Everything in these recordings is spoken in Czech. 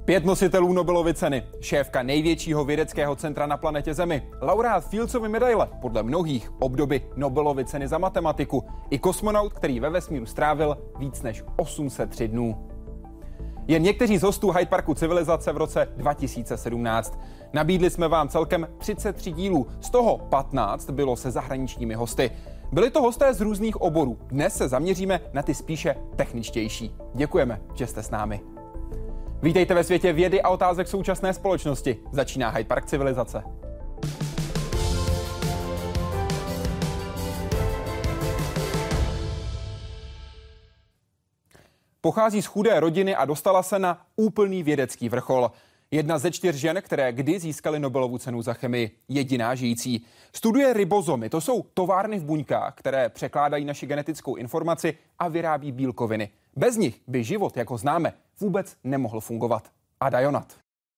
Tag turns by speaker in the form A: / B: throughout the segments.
A: 5 nositelů Nobelovy ceny, šéfka největšího vědeckého centra na planetě Zemi, laureát Fieldsovy medaile, podle mnohých obdoby Nobelovy ceny za matematiku, i kosmonaut, který ve vesmíru strávil víc než 803 dnů. Jen někteří z hostů Hyde Parku civilizace v roce 2017. Nabídli jsme vám celkem 33 dílů, z toho 15 bylo se zahraničními hosty. Byli to hosté z různých oborů. Dnes se zaměříme na ty spíše techničtější. Děkujeme, že jste s námi. Vítejte ve světě vědy a otázek současné společnosti. Začíná Hyde Park civilizace. Pochází z chudé rodiny a dostala se na úplný vědecký vrchol. Jedna ze 4 žen, které kdy získaly Nobelovu cenu za chemii. Jediná žijící. Studuje ribozomy. To jsou továrny v buňkách, které překládají naši genetickou informaci a vyrábí bílkoviny. Bez nich by život, jak ho známe, vůbec nemohl fungovat. Ada Jonat.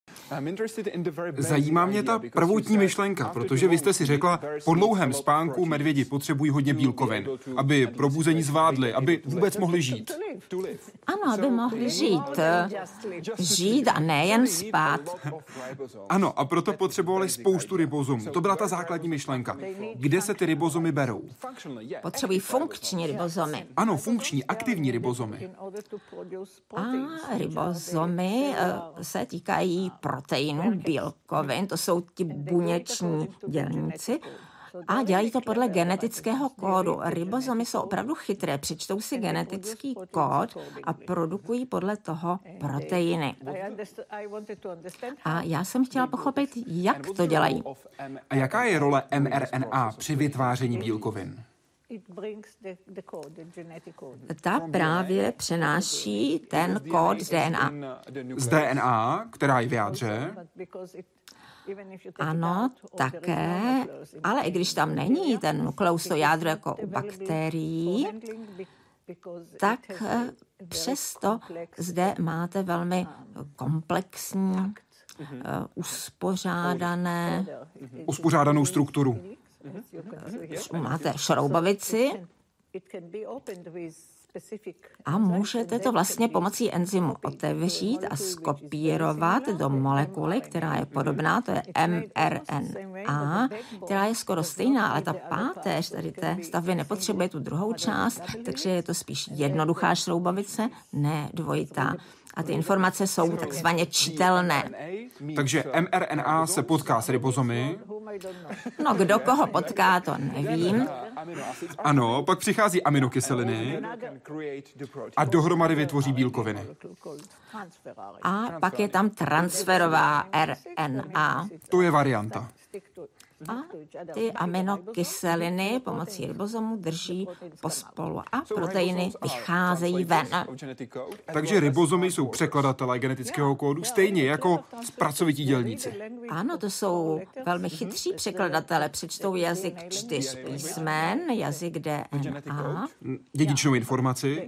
B: Zajímá mě ta prvotní myšlenka, protože vy jste si řekla, po dlouhém spánku medvědi potřebují hodně bílkovin, aby probuzení zvládli, aby vůbec mohli žít.
C: Ano, aby mohli žít. Žít a nejen spát.
B: Ano, a proto potřebovali spoustu ribozomů. To byla ta základní myšlenka. Kde se ty ribozomy berou?
C: Potřebují funkční ribozomy.
B: Ano, funkční, aktivní ribozomy.
C: A ribozomy se týkají proteinů, bílkovin, to jsou ti buněční dělníci a dělají to podle genetického kódu. Ribozomy jsou opravdu chytré, přečtou si genetický kód a produkují podle toho proteiny. A já jsem chtěla pochopit, jak to dělají.
B: A jaká je role mRNA při vytváření bílkovin?
C: Ta právě přenáší ten kód z DNA.
B: Z DNA, která je v jádře?
C: Ano, také, ale i když tam není ten nukleus, to jádro jako u bakterií, tak přesto zde máte velmi komplexní,
B: uspořádanou strukturu.
C: Máte šroubovici a můžete to vlastně pomocí enzymu otevřít a skopírovat do molekuly, která je podobná, to je mRNA, která je skoro stejná, ale ta páteř tady té stavby nepotřebuje tu druhou část, takže je to spíš jednoduchá šroubovice, ne dvojitá. A ty informace jsou takzvaně čitelné.
B: Takže mRNA se potká s ribozomy.
C: No, kdo koho potká, to nevím.
B: Ano, pak přichází aminokyseliny a dohromady vytvoří bílkoviny.
C: A pak je tam transferová RNA.
B: To je varianta.
C: A ty aminokyseliny pomocí ribozomu drží pospolu a proteiny vycházejí ven.
B: Takže ribozomy jsou překladatelé genetického kódu stejně jako pracovití dělníci.
C: Ano, to jsou velmi chytří překladatelé. Přečtou jazyk 4 písmen, jazyk DNA.
B: Dědičnou informaci.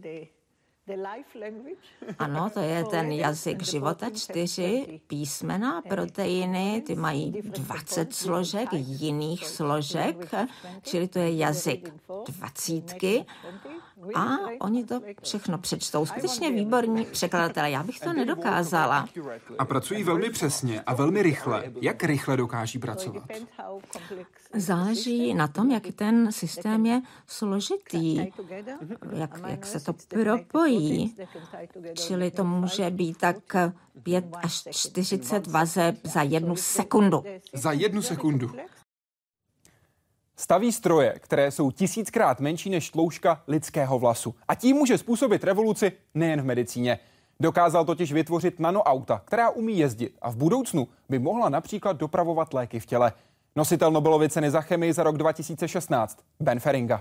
C: Ano, to je ten jazyk života, 4 písmena, proteiny, ty mají 20 složek, jiných složek, čili to je jazyk 20. A oni to všechno přečtou. Skutečně výborní překladatelé, já bych to nedokázala.
B: A pracují velmi přesně a velmi rychle. Jak rychle dokáží pracovat?
C: Záleží na tom, jak ten systém je složitý, jak se to propojí. Čili to může být tak 5 až 40 vazeb za 1 sekundu.
B: Za 1 sekundu.
A: Staví stroje, které jsou 1000krát menší než tloušťka lidského vlasu. A tím může způsobit revoluci nejen v medicíně. Dokázal totiž vytvořit nanoauta, která umí jezdit a v budoucnu by mohla například dopravovat léky v těle. Nositel Nobelovy ceny za chemii za rok 2016, Ben Feringa.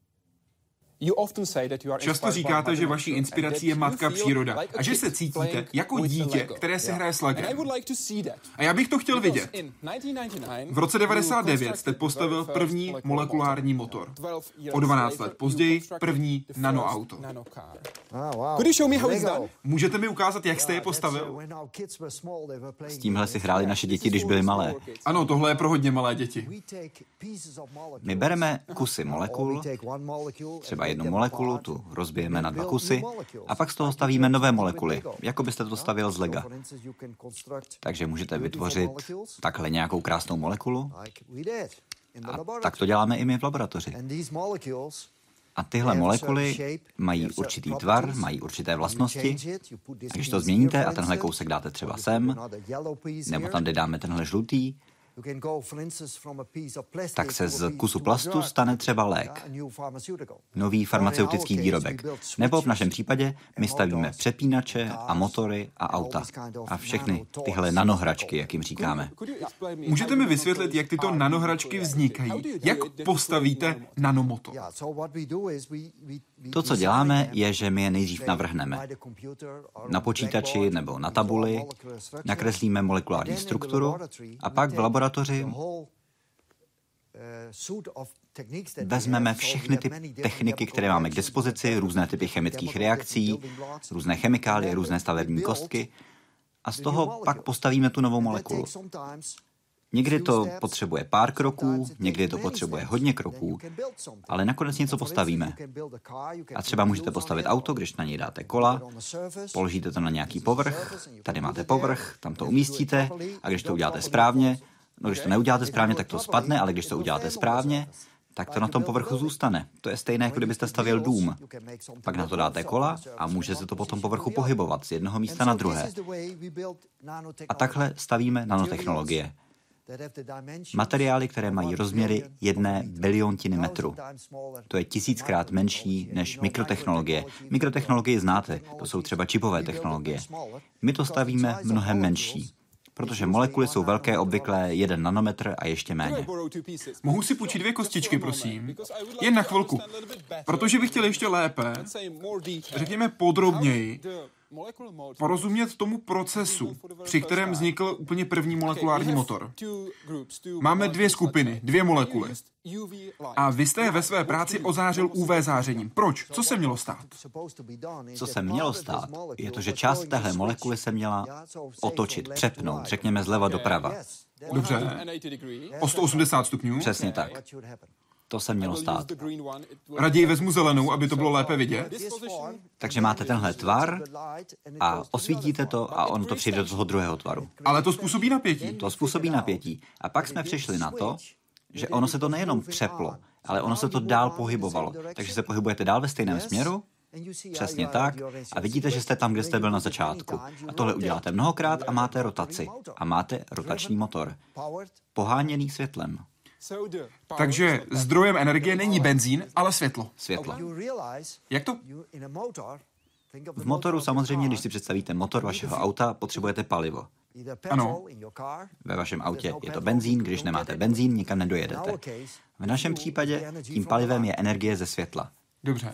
B: Často říkáte, že vaší inspirací je matka příroda a že se cítíte jako dítě, které se hraje s legem. A já bych to chtěl vidět. V roce 1999 jste postavil první molekulární motor. O 12 let později první nanoauto. Můžete mi ukázat, jak jste je postavil?
D: S tímhle si hráli naše děti, když byly malé.
B: Ano, tohle je pro hodně malé děti.
D: My bereme kusy molekul, třeba jednu molekulu, tu rozbijeme na 2 kusy a pak z toho stavíme nové molekuly, jako byste to stavěl z lega. Takže můžete vytvořit takhle nějakou krásnou molekulu a tak to děláme i my v laboratoři. A tyhle molekuly mají určitý tvar, mají určité vlastnosti. A když to změníte a tenhle kousek dáte třeba sem, nebo tam, kde dáme tenhle žlutý, tak se z kusu plastu stane třeba lék, nový farmaceutický výrobek. Nebo v našem případě my stavíme přepínače a motory a auta. A všechny tyhle nanohračky, jak jim říkáme.
B: Můžete mi vysvětlit, jak tyto nanohračky vznikají? Jak postavíte nanomotor?
D: To, co děláme, je, že my je nejdřív navrhneme. Na počítači nebo na tabuli nakreslíme molekulární strukturu a pak v laboratoři vezmeme všechny ty techniky, které máme k dispozici, různé typy chemických reakcí, různé chemikálie, různé stavební kostky a z toho pak postavíme tu novou molekulu. Někdy to potřebuje pár kroků, někdy to potřebuje hodně kroků, ale nakonec něco postavíme. A třeba můžete postavit auto, když na něj dáte kola, položíte to na nějaký povrch, tady máte povrch, tam to umístíte a když to uděláte správně, no když to neuděláte správně, tak to spadne, ale když to uděláte správně, tak to na tom povrchu zůstane. To je stejné, jako kdybyste stavěl dům. Pak na to dáte kola a může se to po tom povrchu pohybovat z jednoho místa na druhé. A takhle stavíme nanotechnologie. Materiály, které mají rozměry 1 biliontiny metru. To je 1000krát menší než mikrotechnologie. Mikrotechnologie znáte, to jsou třeba čipové technologie. My to stavíme mnohem menší, protože molekuly jsou velké, obvykle 1 nanometr a ještě méně.
B: Mohu si půjčit 2 kostičky, prosím? Jen na chvilku. Protože bych chtěl ještě lépe, řekněme podrobněji, porozumět tomu procesu, při kterém vznikl úplně první molekulární motor. Máme 2 skupiny, 2 molekuly. A vy jste je ve své práci ozářil UV zářením. Proč? Co se mělo stát?
D: Co se mělo stát, je to, že část téhle molekuly se měla otočit, přepnout, řekněme zleva doprava.
B: Dobře. O 180 stupňů?
D: Přesně tak. To se mělo stát.
B: Raději vezmu zelenou, aby to bylo lépe vidět.
D: Takže máte tenhle tvar a osvítíte to a ono to přijde do toho druhého tvaru.
B: Ale to způsobí napětí.
D: To způsobí napětí. A pak jsme přišli na to, že ono se to nejenom přeplo, ale ono se to dál pohybovalo. Takže se pohybujete dál ve stejném směru, přesně tak, a vidíte, že jste tam, kde jste byl na začátku. A tohle uděláte mnohokrát a máte rotaci. A máte rotační motor, poháněný světlem.
B: Takže zdrojem energie není benzín, ale světlo.
D: Světlo.
B: Jak to?
D: V motoru samozřejmě, když si představíte motor vašeho auta, potřebujete palivo.
B: Ano.
D: Ve vašem autě je to benzín, když nemáte benzín, nikam nedojedete. V našem případě tím palivem je energie ze světla.
B: Dobře.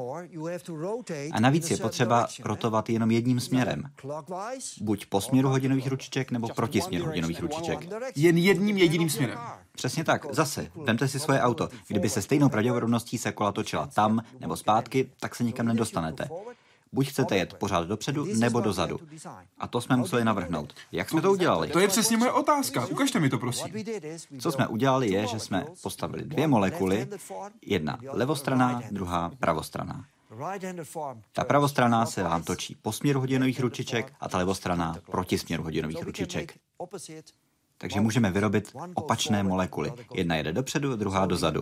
D: A navíc je potřeba rotovat jenom jedním směrem. Buď po směru hodinových ručiček, nebo proti směru hodinových ručiček.
B: Jen jedním jediným směrem.
D: Přesně tak. Zase, vemte si svoje auto. Kdyby se stejnou pravděpodobností se kola točila tam nebo zpátky, tak se nikam nedostanete. Buď chcete jet pořád dopředu, nebo dozadu. A to jsme museli navrhnout. Jak jsme to udělali?
B: To je přesně moje otázka. Ukažte mi to, prosím.
D: Co jsme udělali je, že jsme postavili 2 molekuly, jedna levostranná, druhá pravostranná. Ta pravostranná se vám točí po směru hodinových ručiček a ta levostranná proti směru hodinových ručiček. Takže můžeme vyrobit opačné molekuly. Jedna jede dopředu, druhá dozadu.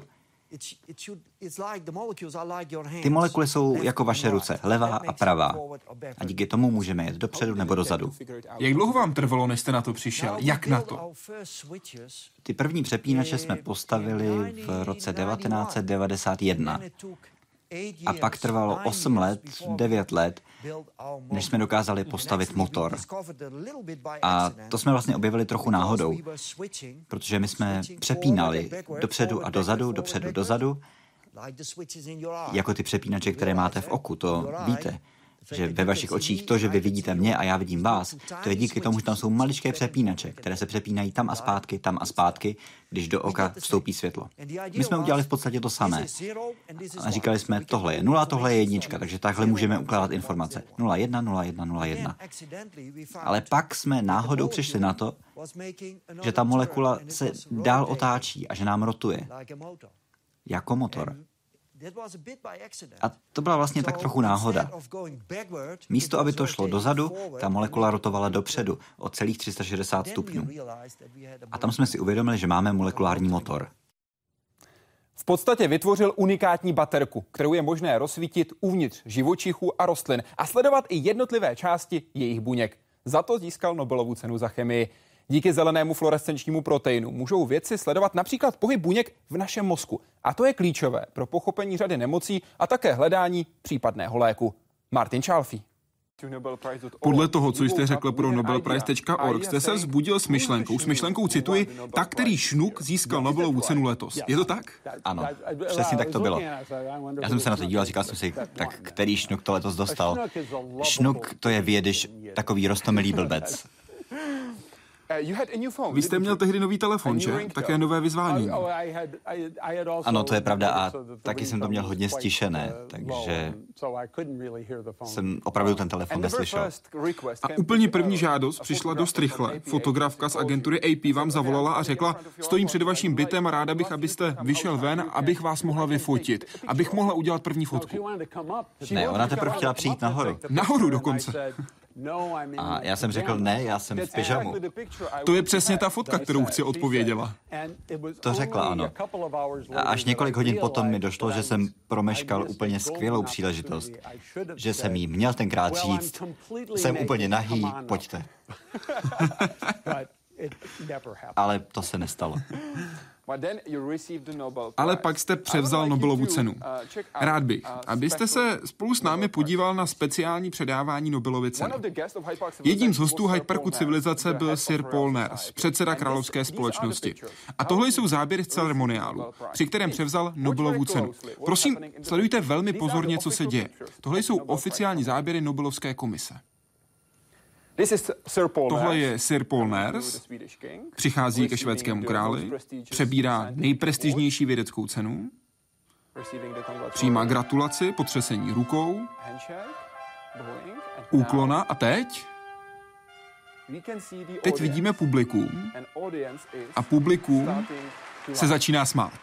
D: Ty molekuly jsou jako vaše ruce, levá a pravá. A díky tomu můžeme jet dopředu nebo dozadu.
B: Jak dlouho vám trvalo, než jste na to přišel? Jak na to?
D: Ty první přepínače jsme postavili v roce 1991. A pak trvalo 8 let, 9 let, než jsme dokázali postavit motor. A to jsme vlastně objevili trochu náhodou, protože my jsme přepínali dopředu a dozadu, dopředu, dozadu, jako ty přepínače, které máte v oku, to víte. Že ve vašich očích to, že vy vidíte mě a já vidím vás, to je díky tomu, že tam jsou maličké přepínače, které se přepínají tam a zpátky, když do oka vstoupí světlo. My jsme udělali v podstatě to samé. A říkali jsme, tohle je 0, tohle je 1, takže takhle můžeme ukládat informace. 0, 1, 0, 1, 0, 1. Ale pak jsme náhodou přišli na to, že ta molekula se dál otáčí a že nám rotuje. Jako motor. A to byla vlastně tak trochu náhoda. Místo, aby to šlo dozadu, ta molekula rotovala dopředu o celých 360 stupňů. A tam jsme si uvědomili, že máme molekulární motor.
A: V podstatě vytvořil unikátní baterku, kterou je možné rozsvítit uvnitř živočichů a rostlin a sledovat i jednotlivé části jejich buněk. Za to získal Nobelovu cenu za chemii. Díky zelenému fluorescenčnímu proteinu můžou vědci sledovat například pohyb buněk v našem mozku. A to je klíčové pro pochopení řady nemocí a také hledání případného léku. Martin Chalfie.
B: Podle toho, co jste řekl pro nobelprize.org, jste se vzbudil s myšlenkou, cituji, tak, který šnuk získal Nobelovu cenu letos. Je to tak?
D: Ano, přesně tak to bylo. Já jsem se na to díval, říkal jsem si, tak který šnuk to letos dostal? Šnuk to je vědyš, takový roztomilý blbec.
B: Vy jste měl tehdy nový telefon, že? Také nové vyzvánění.
D: Ano, to je pravda a taky jsem to měl hodně stišené, takže jsem opravdu ten telefon neslyšel.
B: A úplně první žádost přišla dost rychle. Fotografka z agentury AP vám zavolala a řekla, stojím před vaším bytem a ráda bych, abyste vyšel ven, abych vás mohla vyfotit, abych mohla udělat první fotku.
D: Ne, ona teprve chtěla přijít nahoru.
B: Nahoru dokonce.
D: A já jsem řekl, ne, já jsem v pyžamu.
B: To je přesně ta fotka, kterou chci, odpověděla.
D: To řekla, ano. A až několik hodin potom mi došlo, že jsem promeškal úplně skvělou příležitost. Že jsem jí měl tenkrát říct, jsem úplně nahý, pojďte. Ale to se nestalo.
B: Ale pak jste převzal Nobelovu cenu. Rád bych, abyste se spolu s námi podíval na speciální předávání Nobelovy ceny. Jedním z hostů Hyde Parku civilizace byl Sir Paul Nurse, předseda Královské společnosti. A tohle jsou záběry z ceremoniálu, při kterém převzal Nobelovu cenu. Prosím, sledujte velmi pozorně, co se děje. Tohle jsou oficiální záběry Nobelovské komise. Tohle je Sir Paul Nurse, přichází ke švédskému králi, přebírá nejprestižnější vědeckou cenu, přijímá gratulaci, potřesení rukou, úklona a teď vidíme publikum a publikum se začíná smát.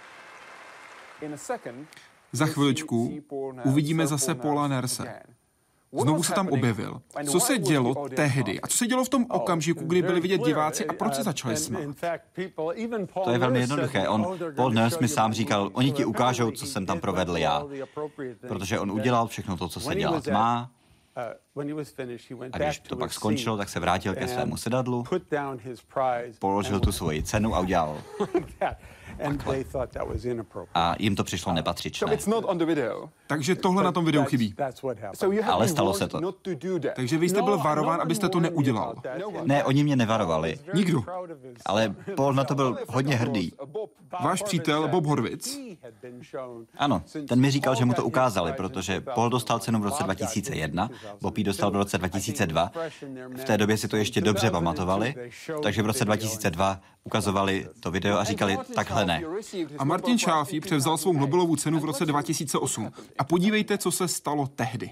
B: Za chviličku uvidíme zase Paula Nurse. Znovu se tam objevil. Co se dělo tehdy? A co se dělo v tom okamžiku, kdy byli vidět diváci a proč se začali smát?
D: To je velmi jednoduché. Paul Nurse mi sám říkal, oni ti ukážou, co jsem tam provedl já. Protože on udělal všechno to, co se dělat má. A když to pak skončilo, tak se vrátil ke svému sedadlu, položil tu svoji cenu a udělal. A jim to přišlo nepatřičné.
B: Takže tohle na tom videu chybí.
D: Ale stalo se to.
B: Takže vy jste byl varován, abyste to neudělal.
D: Ne, oni mě nevarovali.
B: Nikdo.
D: Ale Paul na to byl hodně hrdý.
B: Váš přítel Bob Horvitz?
D: Ano, ten mi říkal, že mu to ukázali, protože Paul dostal cenu v roce 2001, Bob ji dostal v roce 2002. V té době si to ještě dobře pamatovali, takže v roce 2002 ukazovali to video a říkali, takhle ne.
B: A Martin Chalfie převzal svou Nobelovu cenu v roce 2008. A podívejte, co se stalo tehdy.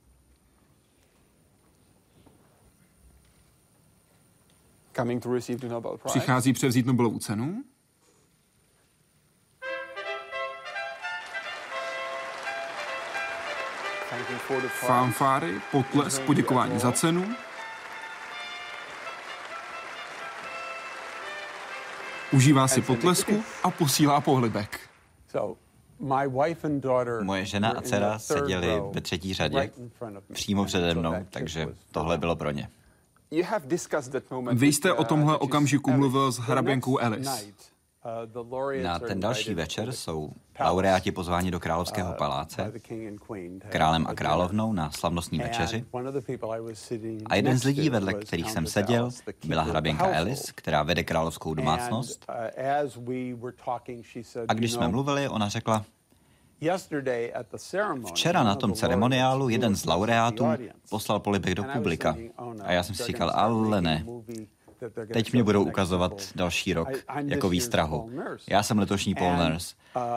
B: Přichází převzít Nobelovu cenu. Fanfáry, potlesk, poděkování za cenu. Užívá si potlesku a posílá pohlibek.
D: Moje žena a dcera seděli ve třetí řadě, přímo přede mnou, takže tohle bylo pro ně.
B: Vy jste o tomhle okamžiku mluvil s hraběnkou Alice.
D: Na ten další večer jsou laureáti pozváni do Královského paláce, králem a královnou na slavnostní večeři. A jeden z lidí, vedle kterých jsem seděl, byla hraběnka Alice, která vede královskou domácnost. A když jsme mluvili, ona řekla, včera na tom ceremoniálu jeden z laureátů poslal polibek do publika. A já jsem si říkal, ale ne. Teď mě budou ukazovat další rok jako výstrahu. Já jsem letošní Paul Nurse.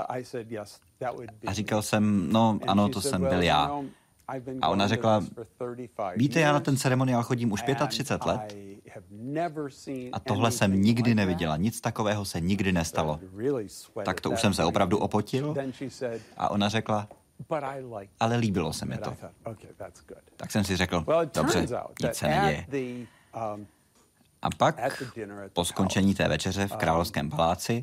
D: A říkal jsem, no ano, to jsem byl já. A ona řekla, víte, já na ten ceremoniál chodím už 35 let A tohle jsem nikdy neviděla. Nic takového se nikdy nestalo. Tak to už jsem se opravdu opotil. A ona řekla, ale líbilo se mi to. Tak jsem si řekl, dobře, nic se neděje. A pak, po skončení té večeře v Královském paláci,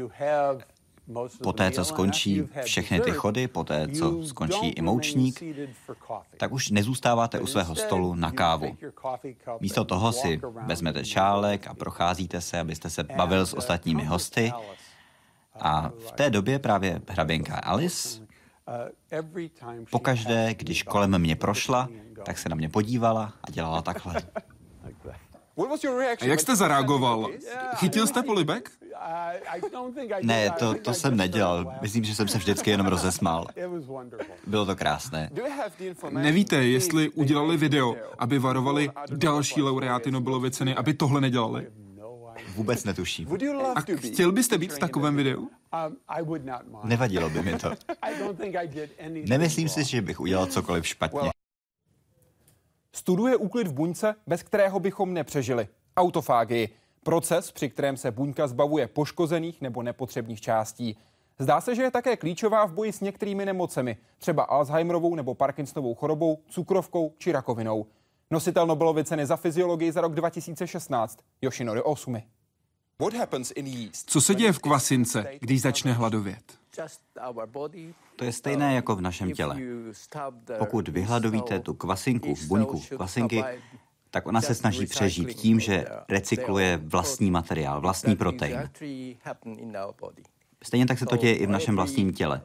D: poté, co skončí všechny ty chody, poté, co skončí i moučník, tak už nezůstáváte u svého stolu na kávu. Místo toho si vezmete šálek a procházíte se, abyste se bavil s ostatními hosty. A v té době právě hraběnka Alice, pokaždé, když kolem mě prošla, tak se na mě podívala a dělala takhle.
B: A jak jste zareagoval? Chytil jste polibek?
D: Ne, to jsem nedělal. Myslím, že jsem se vždycky jenom rozesmál. Bylo to krásné.
B: Nevíte, jestli udělali video, aby varovali další laureáty Nobelovy ceny, aby tohle nedělali?
D: Vůbec netuším.
B: A chtěl byste být v takovém videu?
D: Nevadilo by mi to. Nemyslím si, že bych udělal cokoliv špatně.
A: Studuje úklid v buňce, bez kterého bychom nepřežili. Autofágii. Proces, při kterém se buňka zbavuje poškozených nebo nepotřebných částí. Zdá se, že je také klíčová v boji s některými nemocemi, třeba Alzheimerovou nebo Parkinsonovou chorobou, cukrovkou či rakovinou. Nositel Nobelovy ceny za fyziologii za rok 2016, Yoshinori Ohsumi.
B: Co se děje v kvasince, když začne hladovět?
D: To je stejné jako v našem těle. Pokud vyhladovíte tu kvasinku, buňku kvasinky, tak ona se snaží přežít tím, že recykluje vlastní materiál, vlastní protein. Stejně tak se to děje i v našem vlastním těle.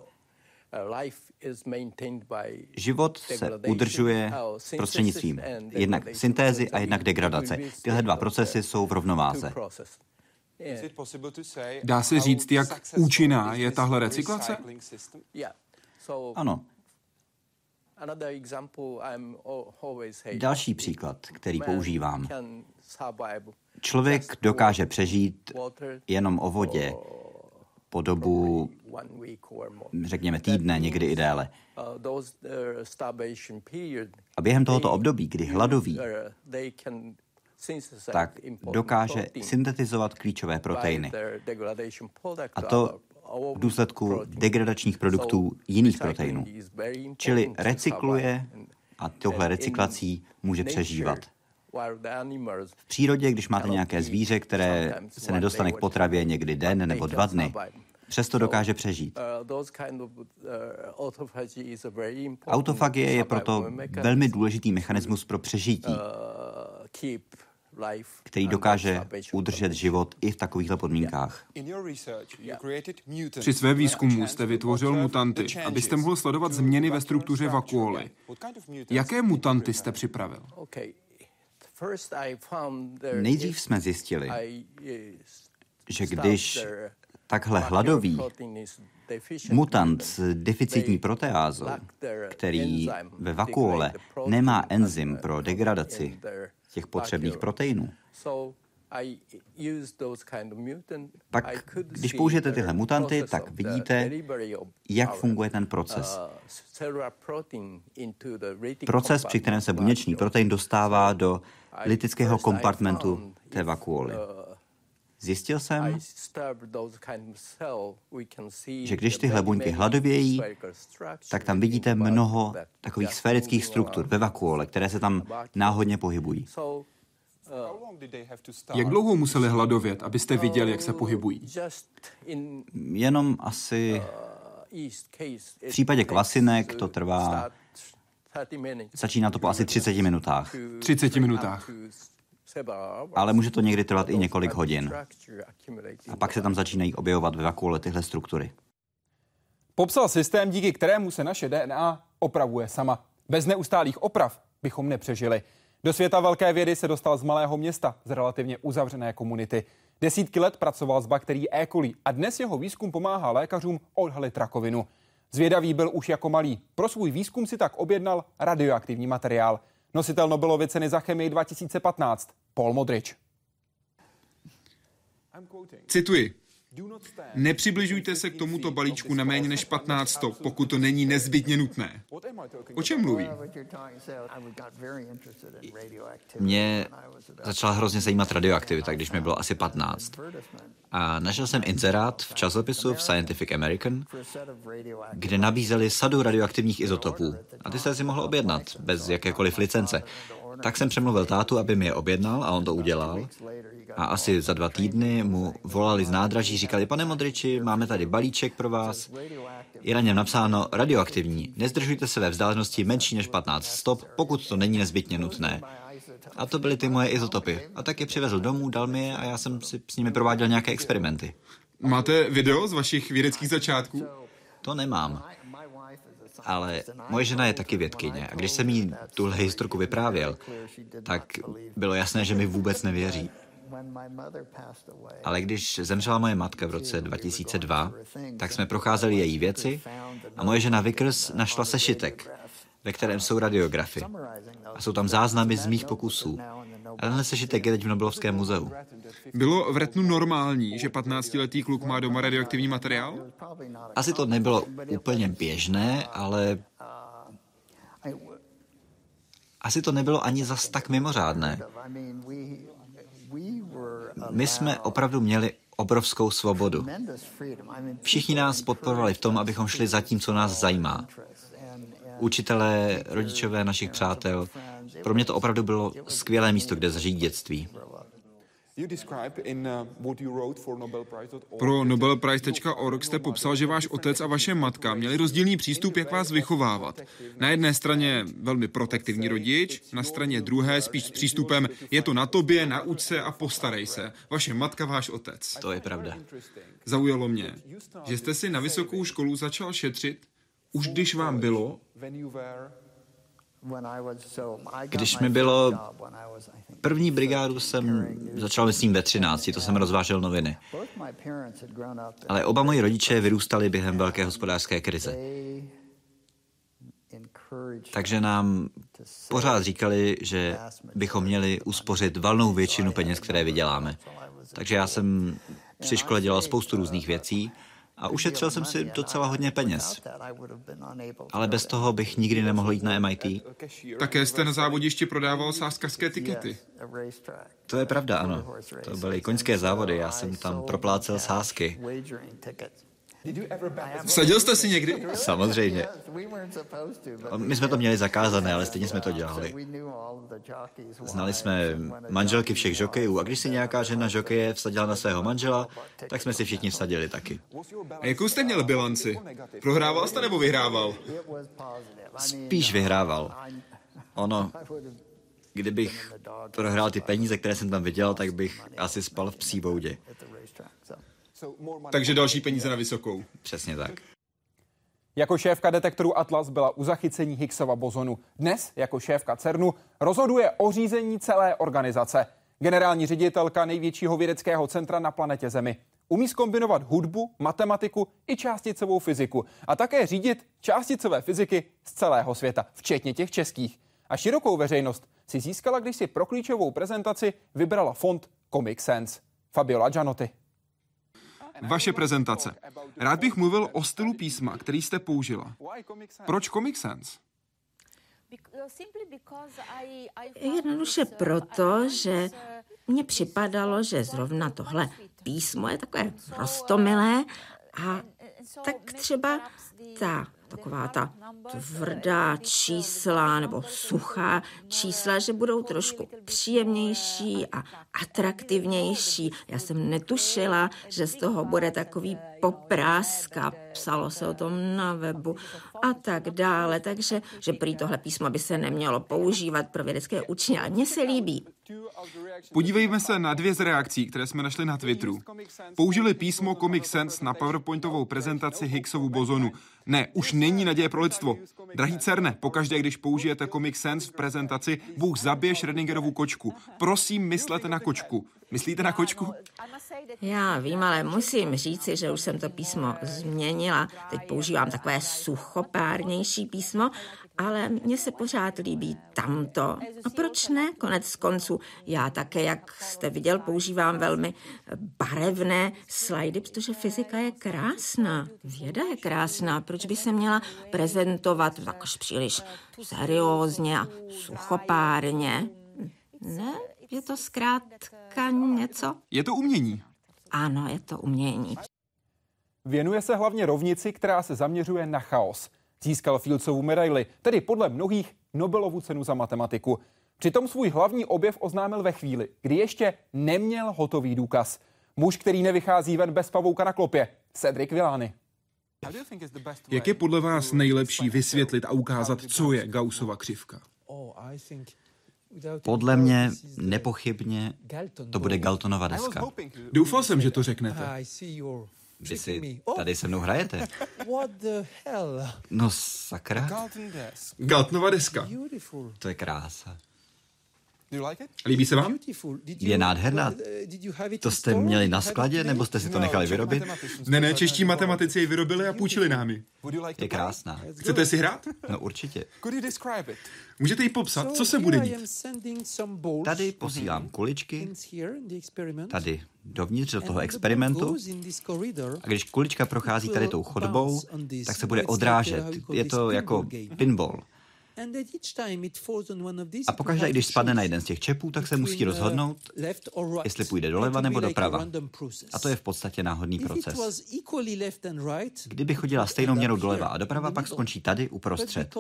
D: Život se udržuje prostřednictvím jednak syntézy a jednak degradace. Tyhle dva procesy jsou v rovnováze.
B: Dá se říct, jak účinná je tahle recyklace?
D: Ano. Další příklad, který používám. Člověk dokáže přežít jenom o vodě po dobu, řekněme, týdne, někdy i déle. A během tohoto období, kdy hladoví, tak dokáže syntetizovat klíčové proteiny. A to v důsledku degradačních produktů jiných proteinů. Čili recykluje a tohle recyklací může přežívat. V přírodě, když máte nějaké zvíře, které se nedostane k potravě někdy den nebo 2 dny, přesto dokáže přežít. Autofagie je proto velmi důležitý mechanismus pro přežití, který dokáže udržet život i v takovýchto podmínkách.
B: Při svém výzkumu jste vytvořil mutanty, abyste mohl sledovat změny ve struktuře vakuoly. Jaké mutanty jste připravil?
D: Nejdřív jsme zjistili, že když takhle hladový mutant s deficitní proteázou, který ve vakuole nemá enzym pro degradaci těch potřebných proteinů, pak, když použijete tyhle mutanty, tak vidíte, jak funguje ten proces. Proces, při kterém se buněčný protein dostává do lytického kompartmentu té vakuoly. Zjistil jsem, že když tyhle buňky hladovějí, tak tam vidíte mnoho takových sférických struktur ve vakuole, které se tam náhodně pohybují.
B: Jak dlouho museli hladovět, abyste viděli, jak se pohybují?
D: Jenom asi v případě kvasinek to trvá, začíná to po asi 30 minutách.
B: 30 minutách.
D: Ale může to někdy trvat i několik hodin. A pak se tam začínají objevovat ve vakuole tyhle struktury.
A: Popsal systém, díky kterému se naše DNA opravuje sama. Bez neustálých oprav bychom nepřežili. Do světa velké vědy se dostal z malého města, z relativně uzavřené komunity. Desítky let pracoval s bakterií E. coli a dnes jeho výzkum pomáhá lékařům odhalit rakovinu. Zvědavý byl už jako malý. Pro svůj výzkum si tak objednal radioaktivní materiál. Nositel Nobelovy ceny za chemii 2015, Paul Modrich.
B: Cituji. Nepřibližujte se k tomuto balíčku na méně než 15 stop, pokud to není nezbytně nutné. O čem mluví?
D: Mě začala hrozně zajímat radioaktivita, když mi bylo asi 15. A našel jsem inzerát v časopisu v Scientific American, kde nabízeli sadu radioaktivních izotopů. A ty jste si mohl objednat, bez jakékoliv licence. Tak jsem přemluvil tátu, aby mi je objednal a on to udělal. A asi za 2 týdny mu volali z nádraží, říkali, pane Modriči, máme tady balíček pro vás. Je na něm napsáno radioaktivní. Nezdržujte se ve vzdálenosti menší než 15 stop, pokud to není nezbytně nutné. A to byly ty moje izotopy. A tak je přivezl domů, dal mi je a já jsem si s nimi prováděl nějaké experimenty.
B: Máte video z vašich vědeckých začátků?
D: To nemám. Ale moje žena je taky vědkyně a když jsem jí tuhle historku vyprávěl, tak bylo jasné, že mi vůbec nevěří. Ale když zemřela moje matka v roce 2002, tak jsme procházeli její věci a moje žena Vickers našla sešitek, ve kterém jsou radiografy. A jsou tam záznamy z mých pokusů. A tenhle sešitek je teď v Nobelovském muzeu.
B: Bylo v Retnu normální, že 15letý kluk má doma radioaktivní materiál?
D: Asi to nebylo úplně běžné, ale asi to nebylo ani zas tak mimořádné. My jsme opravdu měli obrovskou svobodu. Všichni nás podporovali v tom, abychom šli za tím, co nás zajímá. Učitelé, rodičové našich přátel. Pro mě to opravdu bylo skvělé místo, kde zažít dětství.
B: Pro nobelprize.org jste popsal, že váš otec a vaše matka měli rozdílný přístup, jak vás vychovávat. Na jedné straně velmi protektivní rodič, na straně druhé spíš s přístupem je to na tobě, nauč se a postarej se. Vaše matka, váš otec.
D: To je pravda.
B: Zaujalo mě, že jste si na vysokou školu začal šetřit, už když vám bylo...
D: Když mi bylo... První brigádu jsem začal, myslím, ve 13, to jsem rozvážel noviny. Ale oba moji rodiče vyrůstali během velké hospodářské krize. Takže nám pořád říkali, že bychom měli uspořit valnou většinu peněz, které vyděláme. Takže já jsem při škole dělal spoustu různých věcí a ušetřil jsem si docela hodně peněz. Ale bez toho bych nikdy nemohl jít na MIT.
B: Také jste na závodišti prodával sázkařské tikety.
D: To je pravda, ano. To byly koňské závody, já jsem tam proplácel sázky.
B: Vsadil jste si někdy?
D: Samozřejmě. My jsme to měli zakázané, ale stejně jsme to dělali. Znali jsme manželky všech žokejů a když si nějaká žena žokeje vsadila na svého manžela, tak jsme si všichni vsadili taky.
B: A jakou jste měl bilanci? Prohrával jste nebo vyhrával?
D: Spíš vyhrával. Ono, kdybych prohrál ty peníze, které jsem tam vydělal, tak bych asi spal v psí boudě.
B: Takže další peníze na vysokou.
D: Přesně tak.
A: Jako šéfka detektoru Atlas byla u zachycení Higgsova bozonu. Dnes jako šéfka CERNu rozhoduje o řízení celé organizace. Generální ředitelka největšího vědeckého centra na planetě Zemi. Umí zkombinovat hudbu, matematiku i částicovou fyziku a také řídit částicové fyziky z celého světa, včetně těch českých. A širokou veřejnost si získala, když si pro klíčovou prezentaci vybrala fond Comic Sans. Fabiola Gianotti.
B: Vaše prezentace. Rád bych mluvil o stylu písma, který jste použila. Proč Comic Sans?
C: Jednoduše proto, že mně připadalo, že zrovna tohle písmo je takové roztomilé a tak třeba taková ta tvrdá čísla nebo suchá čísla, že budou trošku příjemnější a atraktivnější. Já jsem netušila, že z toho bude takový poprásk a psalo se o tom na webu a tak dále. Takže že prý tohle písmo by se nemělo používat pro vědecké učení, ale mně se líbí.
B: Podívejme se na 2 z reakcí, které jsme našli na Twitteru. Použili písmo Comic Sans na PowerPointovou prezentaci Higgsovu bozonu. Ne, už není naděje pro lidstvo. Drahý CERNe, pokaždé, když použijete Comic Sans v prezentaci, Bůh zabije Schrödingerovu kočku. Prosím, myslete na kočku. Myslíte na kočku?
C: Já vím, ale musím říci, že už jsem to písmo změnila. Teď používám takové suchopárnější písmo, ale mně se pořád líbí tamto. A proč ne? Konec konců. Já také, jak jste viděl, používám velmi barevné slajdy, protože fyzika je krásná. Věda je krásná. Proč by se měla prezentovat takož příliš seriózně a suchopárně? Ne, je to zkrátka něco?
B: Je to umění.
C: Ano, je to umění.
A: Věnuje se hlavně rovnici, která se zaměřuje na chaos. Získal Fieldsovu medaili, tedy podle mnohých Nobelovu cenu za matematiku. Přitom svůj hlavní objev oznámil ve chvíli, kdy ještě neměl hotový důkaz. Muž, který nevychází ven bez pavouka na klopě, Cedric Villani.
B: Jak je podle vás nejlepší vysvětlit a ukázat, co je Gaussova křivka?
D: Podle mě nepochybně to bude Galtonova deska.
B: Doufal jsem, že to řeknete.
D: Vy si tady se mnou hrajete? No sakra.
B: Galtonova deska.
D: To je krása.
B: Líbí se vám?
D: Je nádherná. To jste měli na skladě, nebo jste si to nechali vyrobit?
B: Ne, čeští matematici ji vyrobili a půjčili nám ji.
D: Je krásná.
B: Chcete si hrát?
D: No určitě.
B: Můžete ji popsat, co se bude dít?
D: Tady posílám kuličky, tady dovnitř do toho experimentu. A když kulička prochází tady tou chodbou, tak se bude odrážet. Je to jako pinball. A pokaždé, když spadne na jeden z těch čepů, tak se musí rozhodnout, jestli půjde doleva nebo doprava. A to je v podstatě náhodný proces. Kdyby chodila stejnou měrou doleva a doprava, pak skončí tady uprostřed.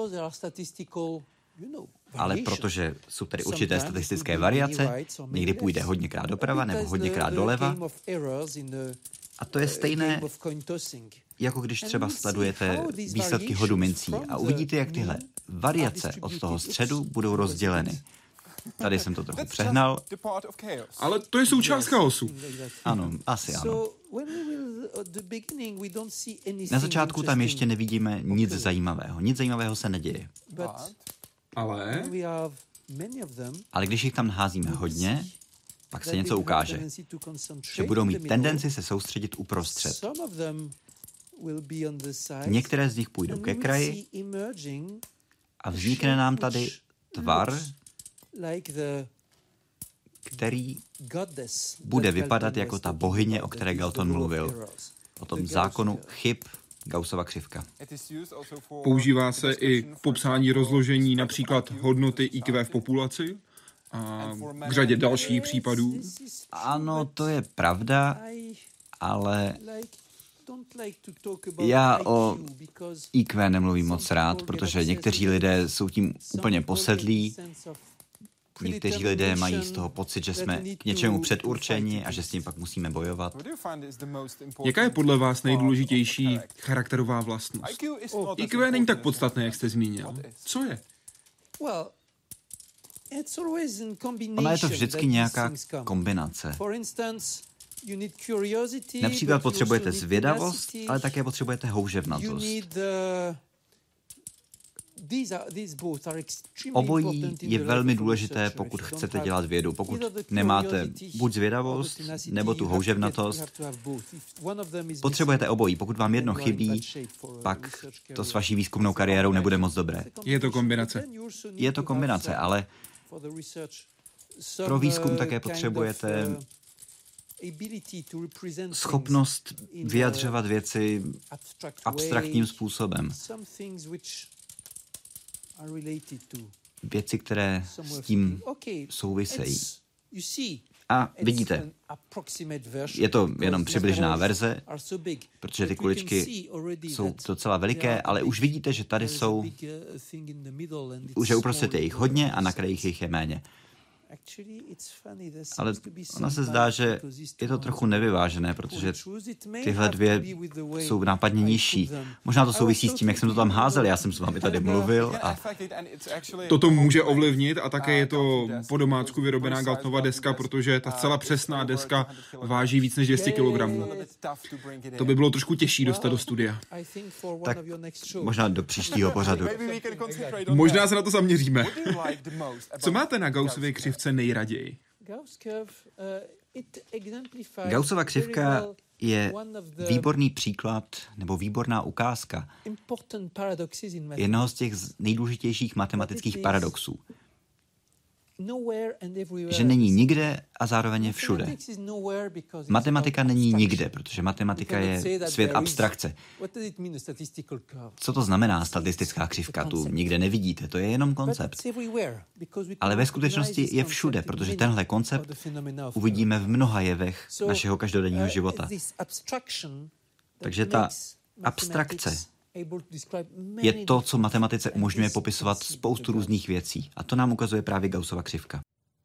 D: Ale protože jsou tady určité statistické variace, někdy půjde hodněkrát doprava nebo hodněkrát doleva. A to je stejné, jako když třeba sledujete výsledky hodu mincí a uvidíte, jak tyhle variace od toho středu budou rozděleny. Tady jsem to trochu přehnal.
B: Ale to je součást chaosu.
D: Ano, asi ano. Na začátku tam ještě nevidíme nic zajímavého. Nic zajímavého se neděje. Ale když jich tam házíme hodně, pak se něco ukáže. Že budou mít tendenci se soustředit uprostřed. Některé z nich půjdou ke kraji a vznikne nám tady tvar, který bude vypadat jako ta bohyně, o které Galton mluvil. O tom zákonu chyb Gaussova křivka.
B: Používá se i k popsání rozložení například hodnoty IQ v populaci a k řadě dalších případů.
D: Ano, to je pravda, ale já o IQ nemluvím moc rád, protože někteří lidé jsou tím úplně posedlí. Někteří lidé mají z toho pocit, že jsme k něčemu předurčeni a že s tím pak musíme bojovat.
B: Jaká je podle vás nejdůležitější charakterová vlastnost? IQ není tak podstatné, jak jste zmínil. Co je?
D: Ona je to vždycky nějaká kombinace. Například potřebujete zvědavost, ale také potřebujete houževnatost. Obojí je velmi důležité, pokud chcete dělat vědu. Pokud nemáte buď zvědavost, nebo tu houževnatost, potřebujete obojí. Pokud vám jedno chybí, pak to s vaší výzkumnou kariérou nebude moc dobré.
B: Je to kombinace.
D: Je to kombinace, ale pro výzkum také potřebujete schopnost vyjadřovat věci abstraktním způsobem. Věci, které s tím souvisejí. A vidíte, je to jenom přibližná verze, protože ty kuličky jsou docela veliké, ale už vidíte, že tady jsou, už je uprostřed je jich hodně a na krajích jich je méně. Ale ona se zdá, že je to trochu nevyvážené, protože tyhle dvě jsou nápadně nižší. Možná to souvisí s tím, jak jsem to tam házel, já jsem s vámi tady mluvil. A...
B: Toto může ovlivnit a také je to po domácku vyrobená Galtonova deska, protože ta zcela přesná deska váží víc než 200 kg. To by bylo trošku těžší dostat do studia.
D: Tak možná do příštího pořadu.
B: Možná se na to zaměříme. Co máte na Gaussově křivce nejraději?
D: Gaussova křivka je výborný příklad nebo výborná ukázka jednoho z těch nejdůležitějších matematických paradoxů. Že není nikde a zároveň je všude. Matematika není nikde, protože matematika je svět abstrakce. Co to znamená statistická křivka? Tu nikde nevidíte, to je jenom koncept. Ale ve skutečnosti je všude, protože tenhle koncept uvidíme v mnoha jevech našeho každodenního života. Takže ta abstrakce je to, co matematice umožňuje popisovat spoustu různých věcí. A to nám ukazuje právě Gaussova křivka.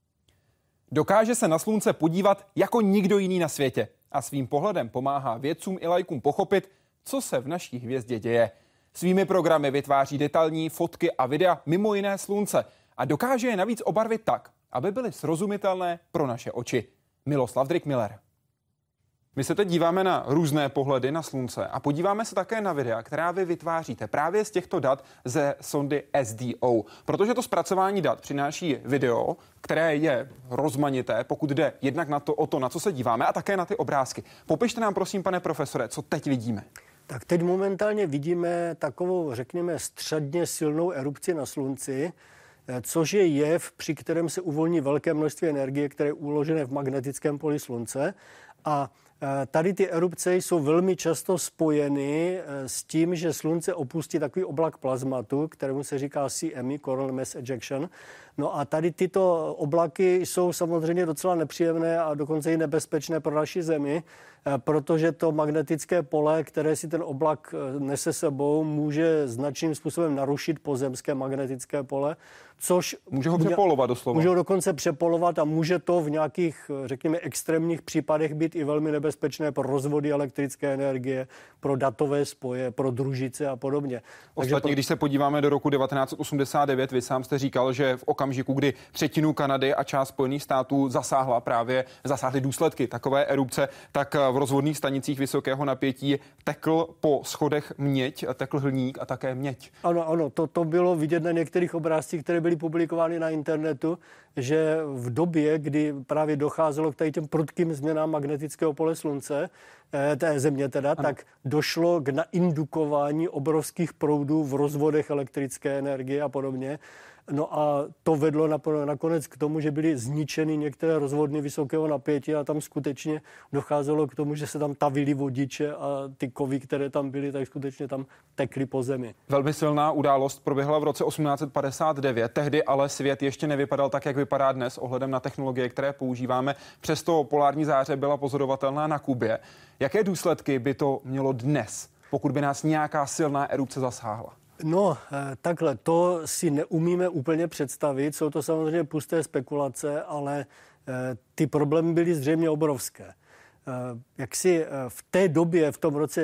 A: Dokáže se na slunce podívat jako nikdo jiný na světě a svým pohledem pomáhá vědcům i laikům pochopit, co se v naší hvězdě děje. Svými programy vytváří detailní fotky a videa mimo jiné slunce a dokáže je navíc obarvit tak, aby byly srozumitelné pro naše oči. Miloslav Drickmiller. My se teď díváme na různé pohledy na slunce a podíváme se také na videa, která vy vytváříte právě z těchto dat ze sondy SDO. Protože to zpracování dat přináší video, které je rozmanité, pokud jde jednak o to, na co se díváme, a také na ty obrázky. Popište nám, prosím, pane profesore, co teď vidíme.
E: Tak teď momentálně vidíme takovou, řekněme, středně silnou erupci na slunci, což je jev, při kterém se uvolní velké množství energie, které je uložené v magnetickém poli slunce. A tady ty erupce jsou velmi často spojeny s tím, že slunce opustí takový oblak plazmatu, kterému se říká CME, Coronal Mass Ejection. No a tady tyto oblaky jsou samozřejmě docela nepříjemné a dokonce i nebezpečné pro naši Zemi, protože to magnetické pole, které si ten oblak nese sebou, může značným způsobem narušit pozemské magnetické pole, což
A: může ho přepolovat doslova.
E: Může ho dokonce přepolovat a může to v nějakých, řekněme, extrémních případech být i velmi nebezpečné pro rozvody elektrické energie, pro datové spoje, pro družice a podobně.
A: Ostatně, když se podíváme do roku 1989, vy sám jste říkal, že v okamžiku, kdy třetinu Kanady a část Spojených států zasáhly důsledky takové erupce, tak v rozvodných stanicích vysokého napětí tekl po schodech měď, tekl hliník a také měď.
E: Ano, to bylo vidět na některých obrázcích, které byly publikovány na internetu, že v době, kdy právě docházelo k tady těm prudkým změnám magnetického pole slunce, té země teda, tak došlo k naindukování obrovských proudů v rozvodech elektrické energie a podobně. No a to vedlo nakonec k tomu, že byly zničeny některé rozvodny vysokého napětí a tam skutečně docházelo k tomu, že se tam tavily vodiče a ty kovy, které tam byly, tak skutečně tam tekly po zemi.
A: Velmi silná událost proběhla v roce 1859. Tehdy ale svět ještě nevypadal tak, jak vypadá dnes, ohledem na technologie, které používáme. Přesto polární záře byla pozorovatelná na Kubě. Jaké důsledky by to mělo dnes, pokud by nás nějaká silná erupce zasáhla?
E: No, takhle, to si neumíme úplně představit. Jsou to samozřejmě pusté spekulace, ale ty problémy byly zřejmě obrovské. Jak si v té době, v tom roce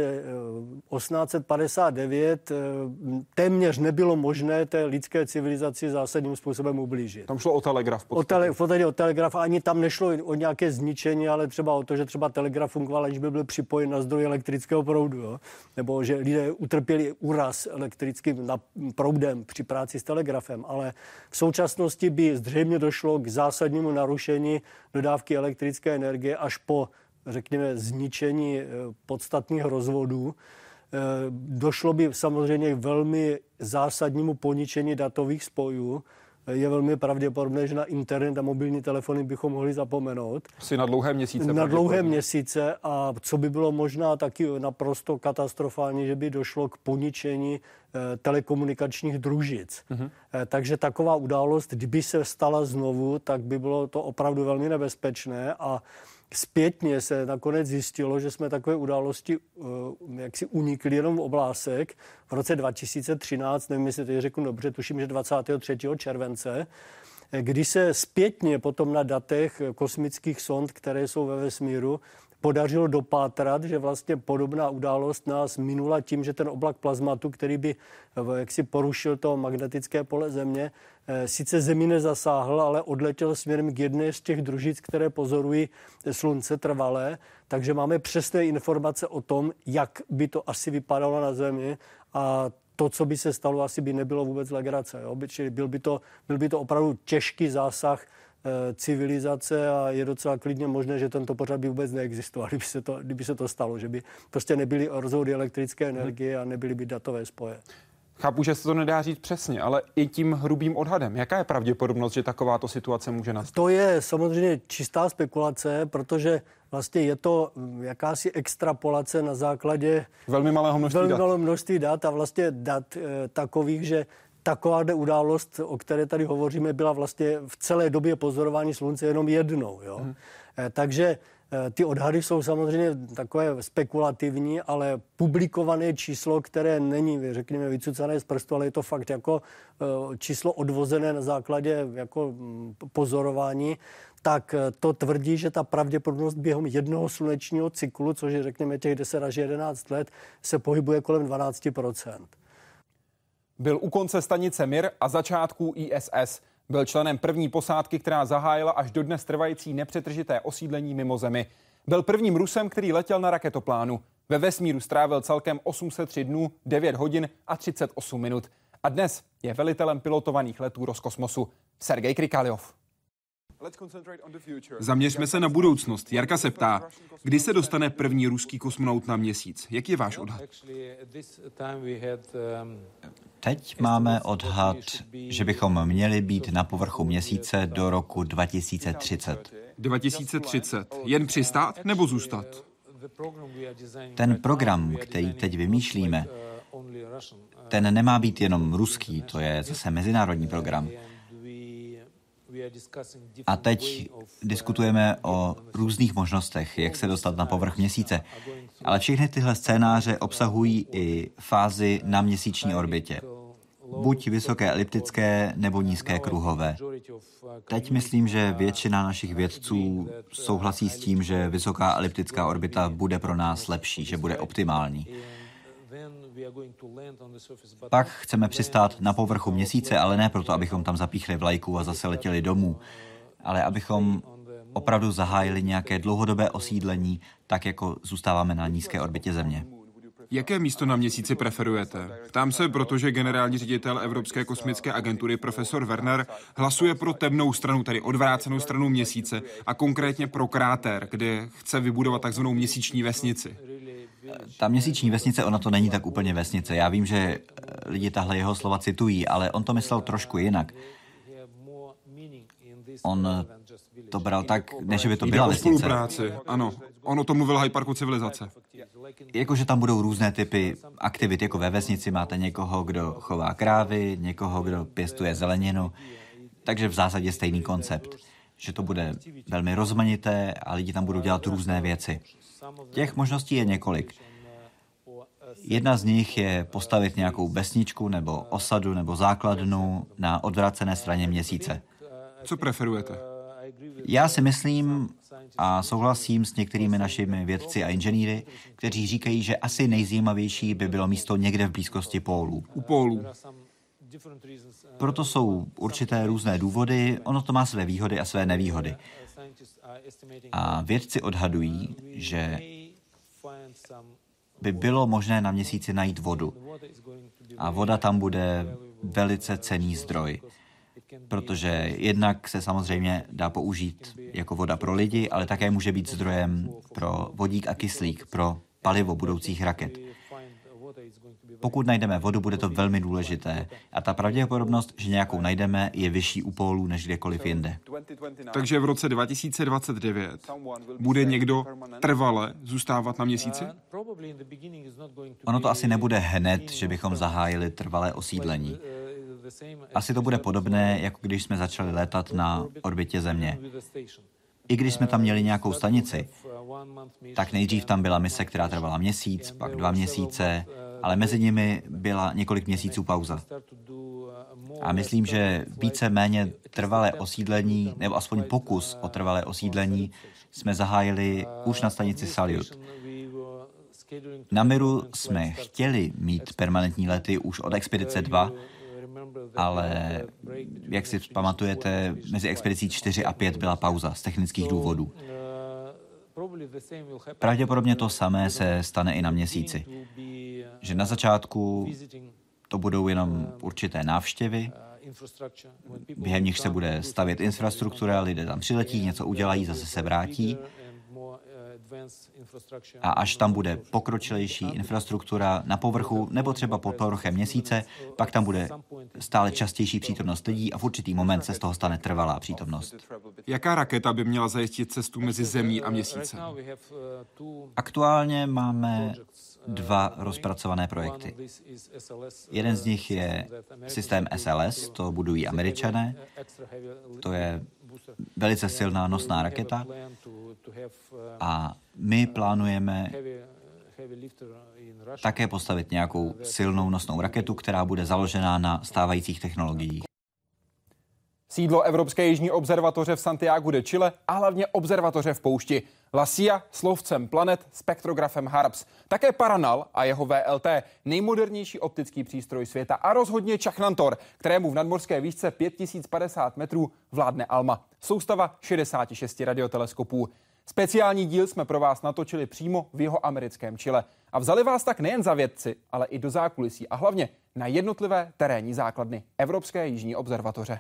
E: 1859, téměř nebylo možné té lidské civilizaci zásadním způsobem ublížit.
A: Tam šlo o telegraf.
E: O telegraf, ani tam nešlo o nějaké zničení, ale třeba o to, že třeba telegraf fungoval, aniž by byl připojen na zdroj elektrického proudu. Jo? Nebo že lidé utrpěli úraz elektrickým proudem při práci s telegrafem. Ale v současnosti by zřejmě došlo k zásadnímu narušení dodávky elektrické energie až po, řekněme, zničení podstatných rozvodů. Došlo by samozřejmě k velmi zásadnímu poničení datových spojů. Je velmi pravděpodobné, že na internet a mobilní telefony bychom mohli zapomenout.
A: Asi na dlouhé měsíce.
E: Na dlouhé měsíce a co by bylo možná taky naprosto katastrofální, že by došlo k poničení telekomunikačních družic. Takže taková událost, kdyby se stala znovu, tak by bylo to opravdu velmi nebezpečné a zpětně se nakonec zjistilo, že jsme takové události jaksi unikli jenom v oblásek. V roce 2013, nevím, jestli to řeknu dobře, tuším, že 23. července, kdy se zpětně potom na datech kosmických sond, které jsou ve vesmíru, podařilo dopátrat, že vlastně podobná událost nás minula tím, že ten oblak plazmatu, který by jaksi porušil to magnetické pole Země, sice Zemi nezasáhl, ale odletěl směrem k jedné z těch družic, které pozorují slunce trvalé. Takže máme přesné informace o tom, jak by to asi vypadalo na Zemi a to, co by se stalo, asi by nebylo vůbec legrace. Jo? Čili byl by to opravdu těžký zásah civilizace a je docela klidně možné, že tento pořad by vůbec neexistoval, kdyby se to stalo, že by prostě nebyly rozvody elektrické energie a nebyly by datové spoje.
A: Chápu, že se to nedá říct přesně, ale i tím hrubým odhadem. Jaká je pravděpodobnost, že takováto situace může nastat?
E: To je samozřejmě čistá spekulace, protože vlastně je to jakási extrapolace na základě
A: velmi malého
E: množství dat a vlastně dat takových, že taková událost, o které tady hovoříme, byla vlastně v celé době pozorování slunce jenom jednou. Jo? Takže ty odhady jsou samozřejmě takové spekulativní, ale publikované číslo, které není, řekněme, vycucané z prstu, ale je to fakt jako číslo odvozené na základě jako pozorování, tak to tvrdí, že ta pravděpodobnost během jednoho slunečního cyklu, což je řekněme těch 10 až 11 let, se pohybuje kolem 12%.
A: Byl u konce stanice Mir a začátků ISS. Byl členem první posádky, která zahájila až dodnes trvající nepřetržité osídlení mimo Zemi. Byl prvním Rusem, který letěl na raketoplánu. Ve vesmíru strávil celkem 803 dnů, 9 hodin a 38 minut. A dnes je velitelem pilotovaných letů Roskosmosu. Sergej Krikaljov.
B: Zaměřme se na budoucnost. Jarka se ptá, kdy se dostane první ruský kosmonaut na Měsíc. Jak je váš odhad?
D: Teď máme odhad, že bychom měli být na povrchu Měsíce do roku 2030.
B: 2030. Jen přistát nebo zůstat?
D: Ten program, který teď vymýšlíme, ten nemá být jenom ruský, to je zase mezinárodní program. A teď diskutujeme o různých možnostech, jak se dostat na povrch Měsíce. Ale všechny tyhle scénáře obsahují i fázi na měsíční orbitě. Buď vysoké eliptické, nebo nízké kruhové. Teď myslím, že většina našich vědců souhlasí s tím, že vysoká eliptická orbita bude pro nás lepší, že bude optimální. Pak chceme přistát na povrchu Měsíce, ale ne proto, abychom tam zapíchli vlajku a zase letěli domů, ale abychom opravdu zahájili nějaké dlouhodobé osídlení, tak jako zůstáváme na nízké orbitě Země.
B: Jaké místo na Měsíci preferujete? Ptám se, protože generální ředitel Evropské kosmické agentury profesor Werner hlasuje pro temnou stranu, tedy odvrácenou stranu Měsíce a konkrétně pro kráter, kde chce vybudovat takzvanou měsíční vesnici.
D: Ta měsíční vesnice, ona to není tak úplně vesnice. Já vím, že lidi tahle jeho slova citují, ale on to myslel trošku jinak. On to bral tak, než by to byla vesnice.
B: Spolupráci, ano. On o tom mluvil Hyde Parku civilizace.
D: Jakože tam budou různé typy aktivit, jako ve vesnici máte někoho, kdo chová krávy, někoho, kdo pěstuje zeleninu, takže v zásadě stejný koncept, že to bude velmi rozmanité a lidi tam budou dělat různé věci. Těch možností je několik. Jedna z nich je postavit nějakou vesničku nebo osadu nebo základnu na odvrácené straně Měsíce.
B: Co preferujete?
D: Já si myslím a souhlasím s některými našimi vědci a inženýry, kteří říkají, že asi nejzajímavější by bylo místo někde v blízkosti pólů.
B: U pólů.
D: Proto jsou určité různé důvody, ono to má své výhody a své nevýhody. A vědci odhadují, že by bylo možné na Měsíci najít vodu. A voda tam bude velice cenný zdroj. Protože jednak se samozřejmě dá použít jako voda pro lidi, ale také může být zdrojem pro vodík a kyslík, pro palivo budoucích raket. Pokud najdeme vodu, bude to velmi důležité. A ta pravděpodobnost, že nějakou najdeme, je vyšší u pólů než kdekoliv jinde.
B: Takže v roce 2029 bude někdo trvale zůstávat na Měsíci?
D: Ono to asi nebude hned, že bychom zahájili trvalé osídlení. Asi to bude podobné, jako když jsme začali létat na orbitě Země. I když jsme tam měli nějakou stanici, tak nejdřív tam byla mise, která trvala měsíc, pak 2 měsíce, ale mezi nimi byla několik měsíců pauza. A myslím, že více-méně trvalé osídlení, nebo aspoň pokus o trvalé osídlení, jsme zahájili už na stanici Salyut. Na Miru jsme chtěli mít permanentní lety už od expedice 2, ale jak si pamatujete, mezi expedicí 4 a 5 byla pauza z technických důvodů. Pravděpodobně to samé se stane i na Měsíci. Že na začátku to budou jenom určité návštěvy, během nich se bude stavět infrastruktura, lidé tam přiletí, něco udělají, zase se vrátí. A až tam bude pokročilejší infrastruktura na povrchu nebo třeba pod povrchem Měsíce, pak tam bude stále častější přítomnost lidí a v určitý moment se z toho stane trvalá přítomnost.
B: Jaká raketa by měla zajistit cestu mezi Zemí a Měsícem?
D: Aktuálně máme 2 rozpracované projekty. Jeden z nich je systém SLS, to budují Američané. To je velice silná nosná raketa a my plánujeme také postavit nějakou silnou nosnou raketu, která bude založená na stávajících technologiích.
A: Sídlo Evropské jižní observatoře v Santiagu de Chile a hlavně observatoře v poušti. La Silla s lovcem planet, spektrografem HARPS. Také Paranal a jeho VLT, nejmodernější optický přístroj světa a rozhodně Čachnantor, kterému v nadmořské výšce 5050 metrů vládne ALMA. Soustava 66 radioteleskopů. Speciální díl jsme pro vás natočili přímo v jeho americkém Chile. A vzali vás tak nejen za vědci, ale i do zákulisí a hlavně na jednotlivé terénní základny Evropské jižní observatoře.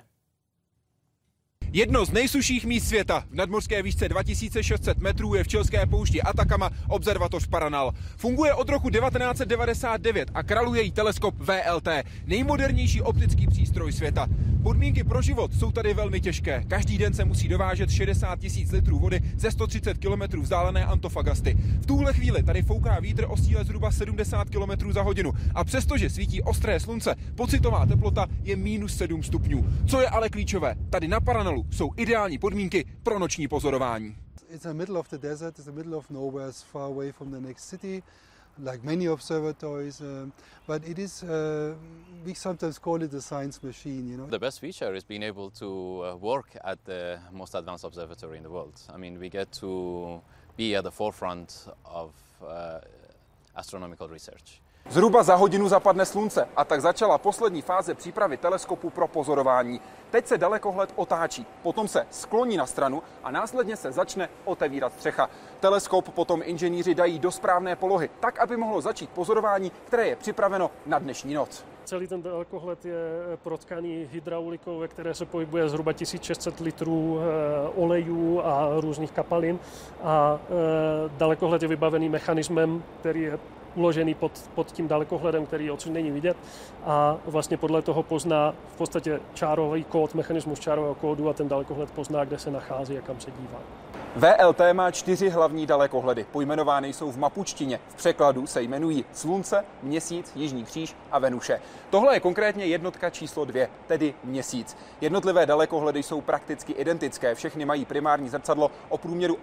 A: Jedno z nejsušších míst světa v nadmořské výšce 2600 metrů je v chilské poušti Atacama observatoř Paranal. Funguje od roku 1999 a králuje jí teleskop VLT, nejmodernější optický přístroj světa. Podmínky pro život jsou tady velmi těžké. Každý den se musí dovážet 60 000 litrů vody ze 130 km vzdálené Antofagasty. V tuhle chvíli tady fouká vítr o síle zhruba 70 km za hodinu a přestože svítí ostré slunce, pocitová teplota je -7 stupňů. Co je ale klíčové, tady na Paranalu jsou ideální podmínky pro noční pozorování.
F: It's in the middle of the desert, it's in the middle of nowhere, it's far away from the next city, like many observatories, but it is, we sometimes call it a science machine, you know.
G: The best feature is being able to work at the most advanced observatory in the world. I mean, we get to be at the forefront of astronomical research.
A: Zhruba za hodinu zapadne slunce a tak začala poslední fáze přípravy teleskopu pro pozorování. Teď se dalekohled otáčí, potom se skloní na stranu a následně se začne otevírat střecha. Teleskop potom inženýři dají do správné polohy, tak aby mohlo začít pozorování, které je připraveno na dnešní noc.
E: Celý ten dalekohled je protkaný hydraulikou, ve které se pohybuje zhruba 1600 litrů olejů a různých kapalin. A dalekohled je vybavený mechanismem, který je uložený pod tím dalekohledem, který odsud není vidět, a vlastně podle toho pozná v podstatě čárový kód, mechanismus čárového kódu, a ten dalekohled pozná, kde se nachází a kam se dívá.
A: VLT má 4 hlavní dalekohledy. Pojmenovány jsou v mapučtině. V překladu se jmenují Slunce, Měsíc, Jižní kříž a Venuše. Tohle je konkrétně jednotka číslo 2, tedy Měsíc. Jednotlivé dalekohledy jsou prakticky identické. Všechny mají primární zrcadlo o průměru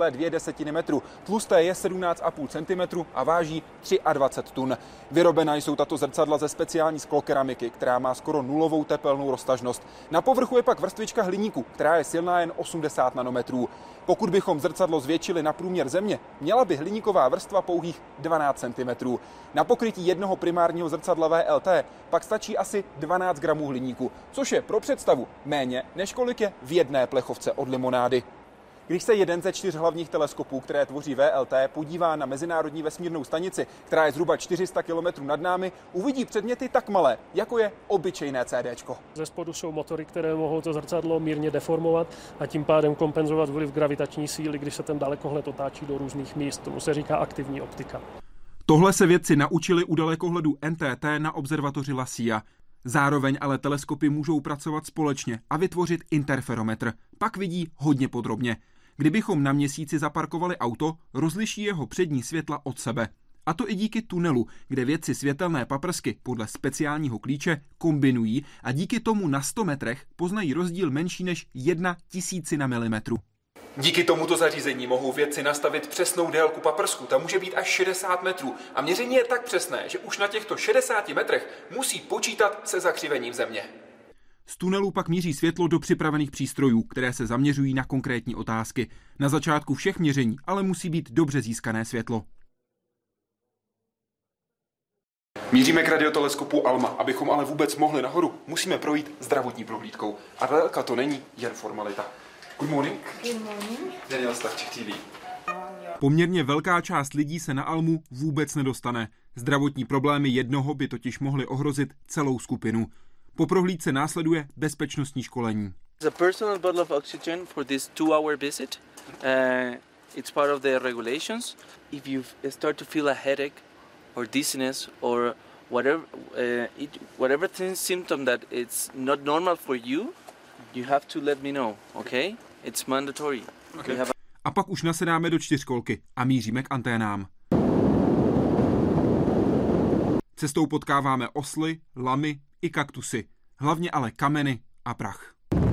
A: 8,2 metru. Tlusté je 17,5 cm a váží 23 tun. Vyrobena jsou tato zrcadla ze speciální sklokeramiky, která má skoro nulovou tepelnou roztažnost. Na povrchu je pak vrstvička hliníku, která je silná jen 80 nanometrů. Pokud bychom zrcadlo zvětšili na průměr Země, měla by hliníková vrstva pouhých 12 cm. Na pokrytí jednoho primárního zrcadla VLT pak stačí asi 12 gramů hliníku, což je pro představu méně, než kolik je v jedné plechovce od limonády. Když se jeden ze 4 hlavních teleskopů, které tvoří VLT, podívá na Mezinárodní vesmírnou stanici, která je zhruba 400 km nad námi, uvidí předměty tak malé, jako je obyčejné CDčko.
E: Ze spodu jsou motory, které mohou to zrcadlo mírně deformovat a tím pádem kompenzovat vliv gravitační síly, když se ten dalekohled otáčí do různých míst. Tomu se říká aktivní optika.
B: Tohle se vědci naučili u dalekohledu NTT na observatoři La Silla. Zároveň ale teleskopy můžou pracovat společně a vytvořit interferometr. Pak vidí hodně podrobně. Kdybychom na Měsíci zaparkovali auto, rozliší jeho přední světla od sebe. A to i díky tunelu, kde vědci světelné paprsky podle speciálního klíče kombinují a díky tomu na 100 metrech poznají rozdíl menší než 1/1000 milimetru. Díky tomuto zařízení mohou vědci nastavit přesnou délku paprsku, ta může být až 60 metrů a měření je tak přesné, že už na těchto 60 metrech musí počítat se zakřivením Země. Z tunelu pak míří světlo do připravených přístrojů, které se zaměřují na konkrétní otázky. Na začátku všech měření ale musí být dobře získané světlo. Míříme k radioteleskopu ALMA. Abychom ale vůbec mohli nahoru, musíme projít zdravotní prohlídkou. A délka to není jen formalita. Good morning.
C: Good morning.
B: Daniel Stavčík TV. Poměrně velká část lidí se na ALMu vůbec nedostane. Zdravotní problémy jednoho by totiž mohly ohrozit celou skupinu. Po prohlídce následuje bezpečnostní školení.
H: A personal bottle of oxygen for this 2-hour visit. It's part of the regulations. If you start to feel a headache or dizziness or whatever symptom that it's not normal for you, you have to let me know, okay? It's mandatory.
B: Okay. A pak už nasedáme do čtyřkolky a míříme k anténám. Cestou potkáváme osly, lamy i kaktusy, hlavně ale kameny a prach.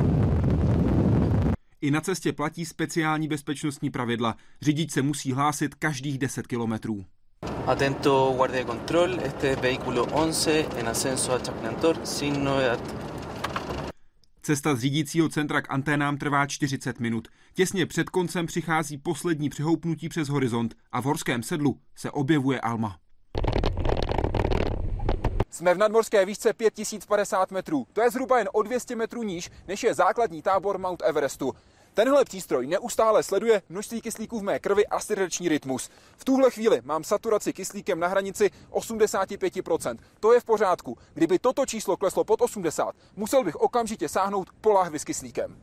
B: I na cestě platí speciální bezpečnostní pravidla. Řidič se musí hlásit každých 10 kilometrů.
H: Atento guardia de control, este es vehículo 11 en ascenso a Chapinantor, sin novedad.
B: Cesta z řídícího centra k anténám trvá 40 minut. Těsně před koncem přichází poslední přihoupnutí přes horizont a v horském sedlu se objevuje Alma.
A: Jsme v nadmořské výšce 5050 metrů. To je zhruba jen o 200 metrů níž, než je základní tábor Mount Everestu. Tenhle přístroj neustále sleduje množství kyslíku v mé krvi a srdeční rytmus. V tuhle chvíli mám saturaci kyslíkem na hranici 85%. To je v pořádku. Kdyby toto číslo kleslo pod 80, musel bych okamžitě sáhnout po láhvi s kyslíkem.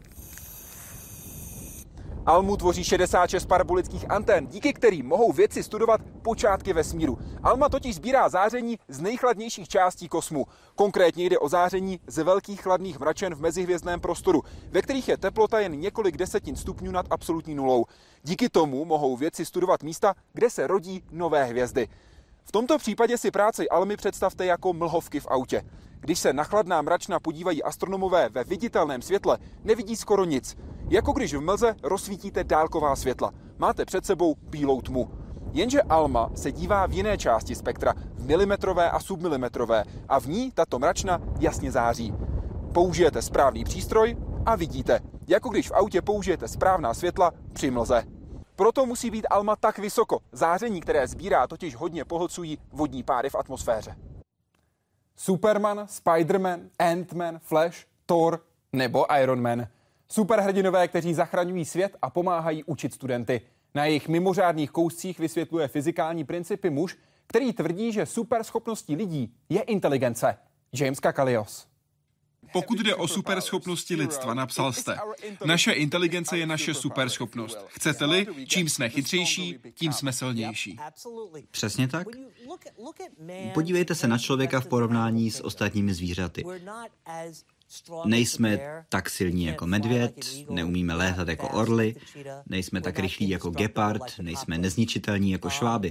A: Almu tvoří 66 parabolických antén, díky kterým mohou vědci studovat počátky vesmíru. Alma totiž sbírá záření z nejchladnějších částí kosmu. Konkrétně jde o záření ze velkých chladných mračen v mezihvězdném prostoru, ve kterých je teplota jen několik desetin stupňů nad absolutní nulou. Díky tomu mohou vědci studovat místa, kde se rodí nové hvězdy. V tomto případě si práci Almy představte jako mlhovky v autě. Když se na chladná mračna podívají astronomové ve viditelném světle, nevidí skoro nic. Jako když v mlze rozsvítíte dálková světla. Máte před sebou bílou tmu. Jenže Alma se dívá v jiné části spektra, v milimetrové a submilimetrové, a v ní tato mračna jasně září. Použijete správný přístroj a vidíte, jako když v autě použijete správná světla při mlze. Proto musí být Alma tak vysoko. Záření, které sbírá, totiž hodně pohlcují vodní páry v atmosféře. Superman, Spiderman, Ant-Man, Flash, Thor nebo Iron Man. Superhrdinové, kteří zachraňují svět a pomáhají učit studenty. Na jejich mimořádných kouscích vysvětluje fyzikální principy muž, který tvrdí, že superschopností lidí je inteligence. James Kakalios.
B: Pokud jde o superschopnosti lidstva, napsal jste: naše inteligence je naše superschopnost. Chcete-li, čím jsme chytřejší, tím jsme silnější.
D: Přesně tak. Podívejte se na člověka v porovnání s ostatními zvířaty. Nejsme tak silní jako medvěd, neumíme létat jako orly, nejsme tak rychlí jako gepard, nejsme nezničitelní jako šváby.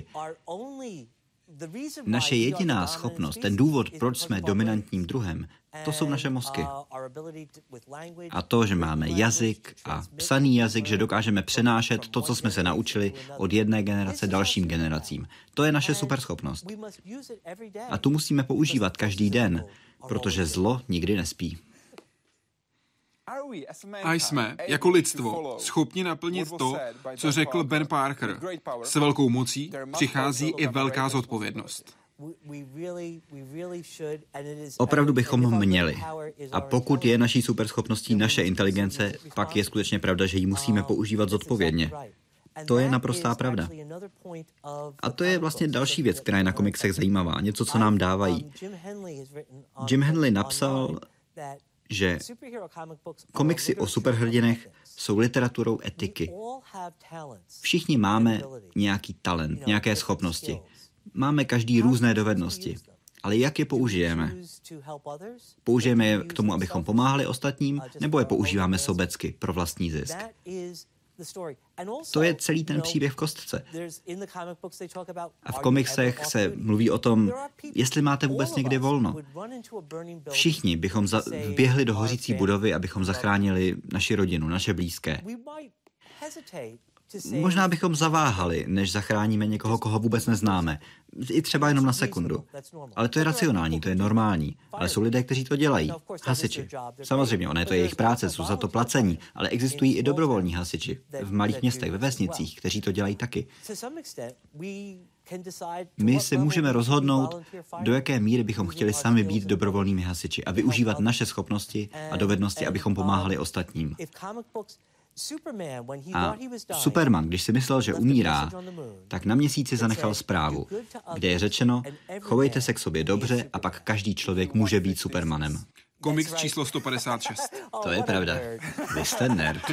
D: Naše jediná schopnost, ten důvod, proč jsme dominantním druhem, to jsou naše mozky. A to, že máme jazyk a psaný jazyk, že dokážeme přenášet to, co jsme se naučili od jedné generace dalším generacím. To je naše superschopnost. A tu musíme používat každý den, protože zlo nikdy nespí.
B: A jsme, jako lidstvo, schopni naplnit to, co řekl Ben Parker. S velkou mocí přichází i velká zodpovědnost.
D: Opravdu bychom měli. A pokud je naší superschopností naše inteligence, pak je skutečně pravda, že ji musíme používat zodpovědně. To je naprostá pravda. A to je vlastně další věc, která je na komiksech zajímavá. Něco, co nám dávají. Jim Hanley napsal, že komiksy o superhrdinech jsou literaturou etiky. Všichni máme nějaký talent, nějaké schopnosti. Máme každý různé dovednosti. Ale jak je použijeme? Použijeme je k tomu, abychom pomáhali ostatním, nebo je používáme sobecky pro vlastní zisk? To je celý ten příběh v kostce. A v komiksech se mluví o tom, jestli máte vůbec někdy volno. Všichni bychom vběhli do hořící budovy, abychom zachránili naši rodinu, naše blízké. Možná bychom zaváhali, než zachráníme někoho, koho vůbec neznáme. I třeba jenom na sekundu. Ale to je racionální, to je normální. Ale jsou lidé, kteří to dělají. Hasiči. Samozřejmě, ono je to jejich práce, jsou za to placení, ale existují i dobrovolní hasiči. V malých městech, ve vesnicích, kteří to dělají taky. My se můžeme rozhodnout, do jaké míry bychom chtěli sami být dobrovolnými hasiči a využívat naše schopnosti a dovednosti, abychom pomáhali ostatním. A Superman, když si myslel, že umírá, tak na Měsíci zanechal zprávu, kde je řečeno, chovejte se k sobě dobře a pak každý člověk může být Supermanem.
B: Komiks číslo 156.
D: To je pravda. Vy jste nerd.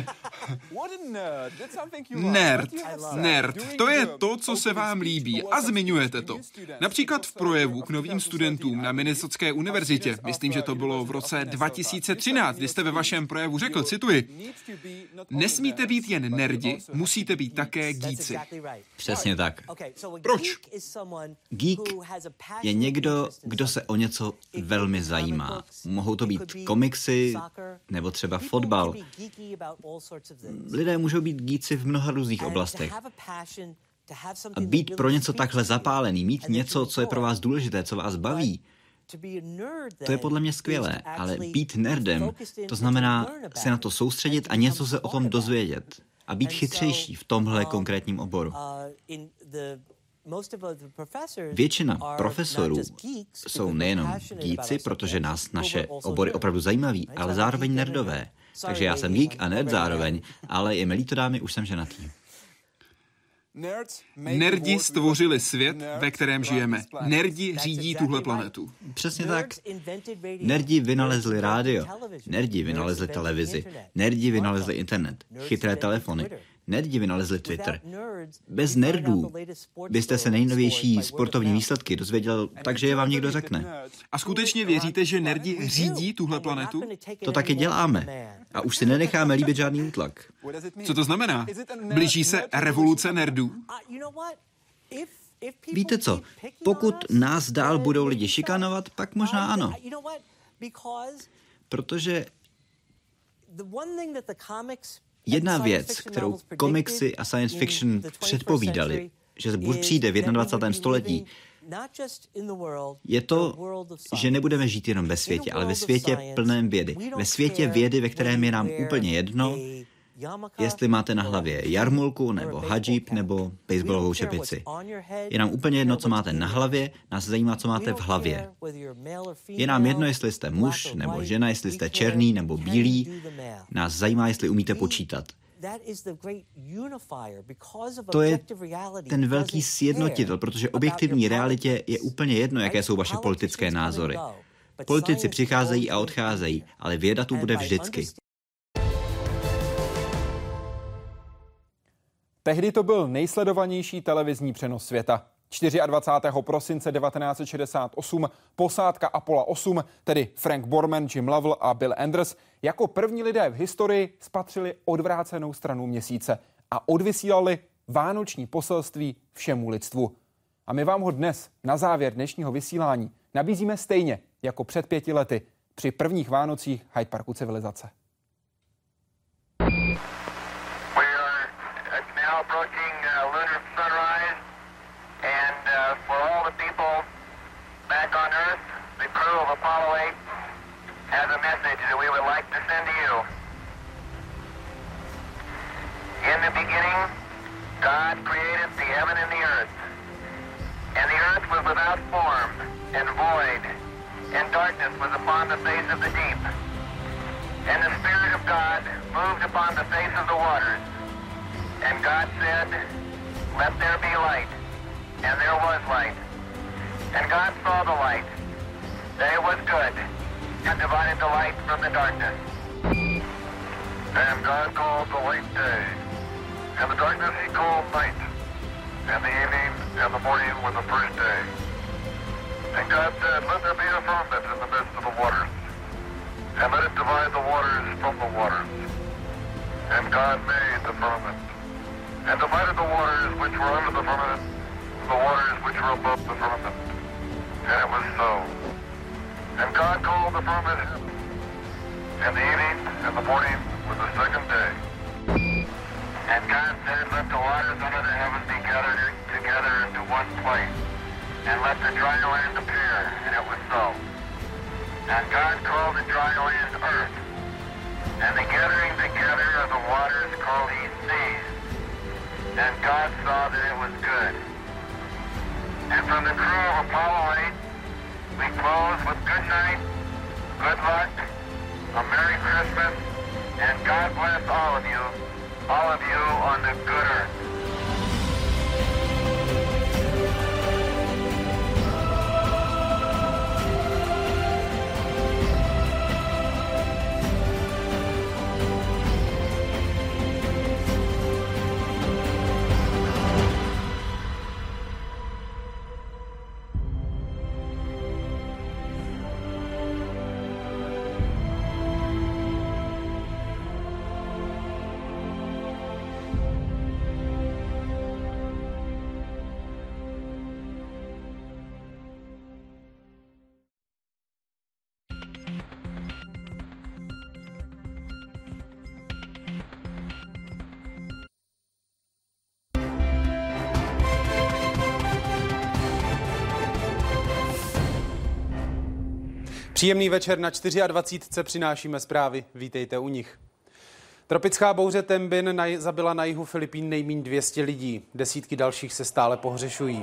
B: Nerd. To je to, co se vám líbí a zmiňujete to. Například v projevu k novým studentům na Minnesotské univerzitě. Myslím, že to bylo v roce 2013, kdy jste ve vašem projevu řekl, cituji, nesmíte být jen nerdi, musíte být také geeci.
D: Přesně tak.
B: Proč?
D: Geek je někdo, kdo se o něco velmi zajímá. Mohou to být komiksy nebo třeba fotbal. Lidé můžou být geeci v mnoha různých oblastech. A být pro něco takhle zapálený, mít něco, co je pro vás důležité, co vás baví, to je podle mě skvělé, ale být nerdem, to znamená se na to soustředit a něco se o tom dozvědět. A být chytřejší v tomhle konkrétním oboru. Většina profesorů jsou nejenom geeci, protože nás naše obory opravdu zajímaví, ale zároveň nerdové. Takže já jsem geek a nerd zároveň, ale je mi líto, dámy, už jsem ženatý.
B: Nerdi stvořili svět, ve kterém žijeme. Nerdi řídí tuhle planetu.
D: Přesně tak. Nerdi vynalezli rádio. Nerdi vynalezli televizi. Nerdi vynalezli internet. Chytré telefony. Nerdi vynalezli Twitter. Bez nerdů byste se nejnovější sportovní výsledky dozvěděl, takže je vám někdo řekne.
B: A skutečně věříte, že nerdi řídí tuhle planetu?
D: To taky děláme. A už si nenecháme líbit žádný útlak.
B: Co to znamená? Blíží se revoluce nerdů?
D: Víte co? Pokud nás dál budou lidi šikanovat, pak možná ano. Protože jedna věc, kterou komiksy a science fiction předpovídali, že přijde v 21. století, je to, že nebudeme žít jenom ve světě, ale ve světě plném vědy. Ve světě vědy, ve kterém je nám úplně jedno, jestli máte na hlavě jarmulku, nebo hadžíb, nebo baseballovou čepici. Je nám úplně jedno, co máte na hlavě, nás zajímá, co máte v hlavě. Je nám jedno, jestli jste muž, nebo žena, jestli jste černý, nebo bílý. Nás zajímá, jestli umíte počítat. To je ten velký sjednotitel, protože objektivní realitě je úplně jedno, jaké jsou vaše politické názory. Politici přicházejí a odcházejí, ale věda tu bude vždycky.
A: Tehdy to byl nejsledovanější televizní přenos světa. 24. prosince 1968 posádka Apollo 8, tedy Frank Borman, Jim Lovell a Bill Anders, jako první lidé v historii spatřili odvrácenou stranu Měsíce a odvysílali vánoční poselství všemu lidstvu. A my vám ho dnes, na závěr dnešního vysílání, nabízíme stejně jako před 5 lety při prvních Vánocích Hyde Parku civilizace.
I: Approaching lunar sunrise, and for all the people back on Earth, the crew of Apollo 8 has a message that we would like to send to you. In the beginning, God created the heaven and the earth, and the earth was without form and void, and darkness was upon the face of the deep. And the Spirit of God moved upon the face of the waters. And God said, let there be light. And there was light. And God saw the light, that it was good, and divided the light from the darkness. And God called the light day, and the darkness he called night. And the evening and the morning were the first day. And God said, let there be a firmament in the midst of the waters, and let it divide the waters from the waters. And God made the firmament, and divided the waters which were under the firmament from the waters which were above the firmament. And it was so. And God called the firmament heaven. And the evening and the morning were the second day. And God said, let the waters under the heaven be gathered together into one place, and let the dry land appear. And it was so. And God called the dry land earth, and the gathering together of the waters called he seas. And God saw that it was good. And from the crew of Apollo 8, we close with good night, good luck, a Merry Christmas, and God bless all of you. all of you on the good earth.
J: Příjemný večer, na 24. přinášíme zprávy, vítejte u nich. Tropická bouře Tembin zabila na jihu Filipín nejméně 200 lidí, desítky dalších se stále pohřešují.